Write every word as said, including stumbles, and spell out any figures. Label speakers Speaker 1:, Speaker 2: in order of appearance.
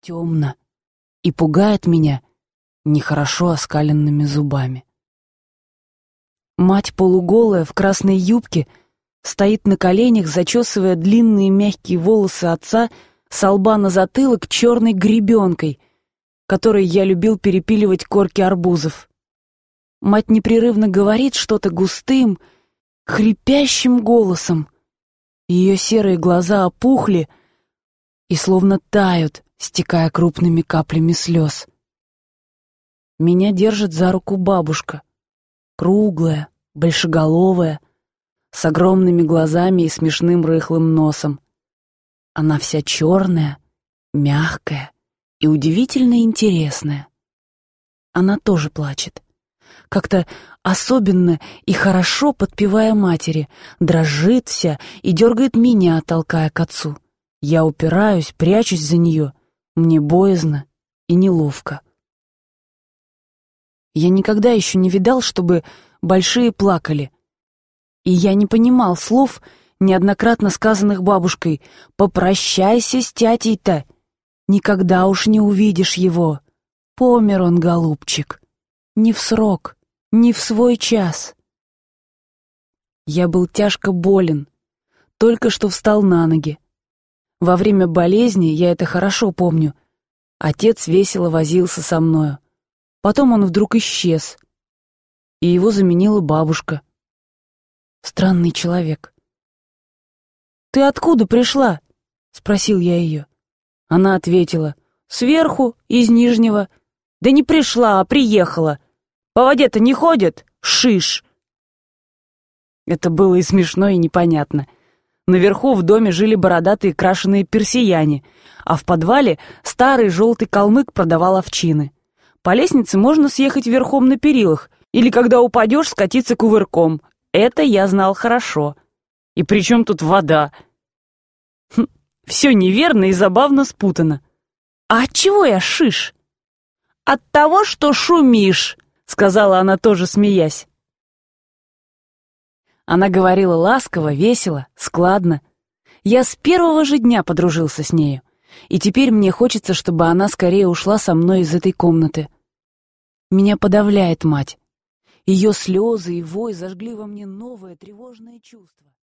Speaker 1: темно и пугает меня нехорошо оскаленными зубами. Мать полуголая в красной юбке стоит на коленях, зачесывая длинные мягкие волосы отца со лба на затылок черной гребенкой, которой я любил перепиливать корки арбузов. Мать непрерывно говорит что-то густым, хрипящим голосом. Ее серые глаза опухли и словно тают, стекая крупными каплями слез. Меня держит за руку бабушка, круглая, большеголовая, с огромными глазами и смешным рыхлым носом. Она вся черная, мягкая и удивительно интересная. Она тоже плачет. Как-то особенно и хорошо подпевая матери, дрожит вся и дергает меня, толкая к отцу. Я упираюсь, прячусь за нее. Мне боязно и неловко. Я никогда еще не видал, чтобы большие плакали. И я не понимал слов, неоднократно сказанных бабушкой: «Попрощайся с тятей-то, никогда уж не увидишь его. Помер он, голубчик, не в срок, не в свой час». Я был тяжко болен, только что встал на ноги. Во время болезни, я это хорошо помню, отец весело возился со мною. Потом он вдруг исчез, и его заменила бабушка. Странный человек. «Ты откуда пришла?» — спросил я ее. Она ответила: «Сверху, из Нижнего». «Да не пришла, а приехала. По воде-то не ходят? Шиш!» Это было и смешно, и непонятно. Наверху в доме жили бородатые крашеные персияне, а в подвале старый желтый калмык продавал овчины. По лестнице можно съехать верхом на перилах, или, когда упадешь, скатиться кувырком. Это я знал хорошо. И при чем тут вода? Хм, все неверно и забавно спутано. «А отчего я шиш?» «От того, что шумишь», — сказала она, тоже смеясь. Она говорила ласково, весело, складно. Я с первого же дня подружился с нею, и теперь мне хочется, чтобы она скорее ушла со мной из этой комнаты. Меня подавляет мать. Ее слезы и вой зажгли во мне новое тревожное чувство.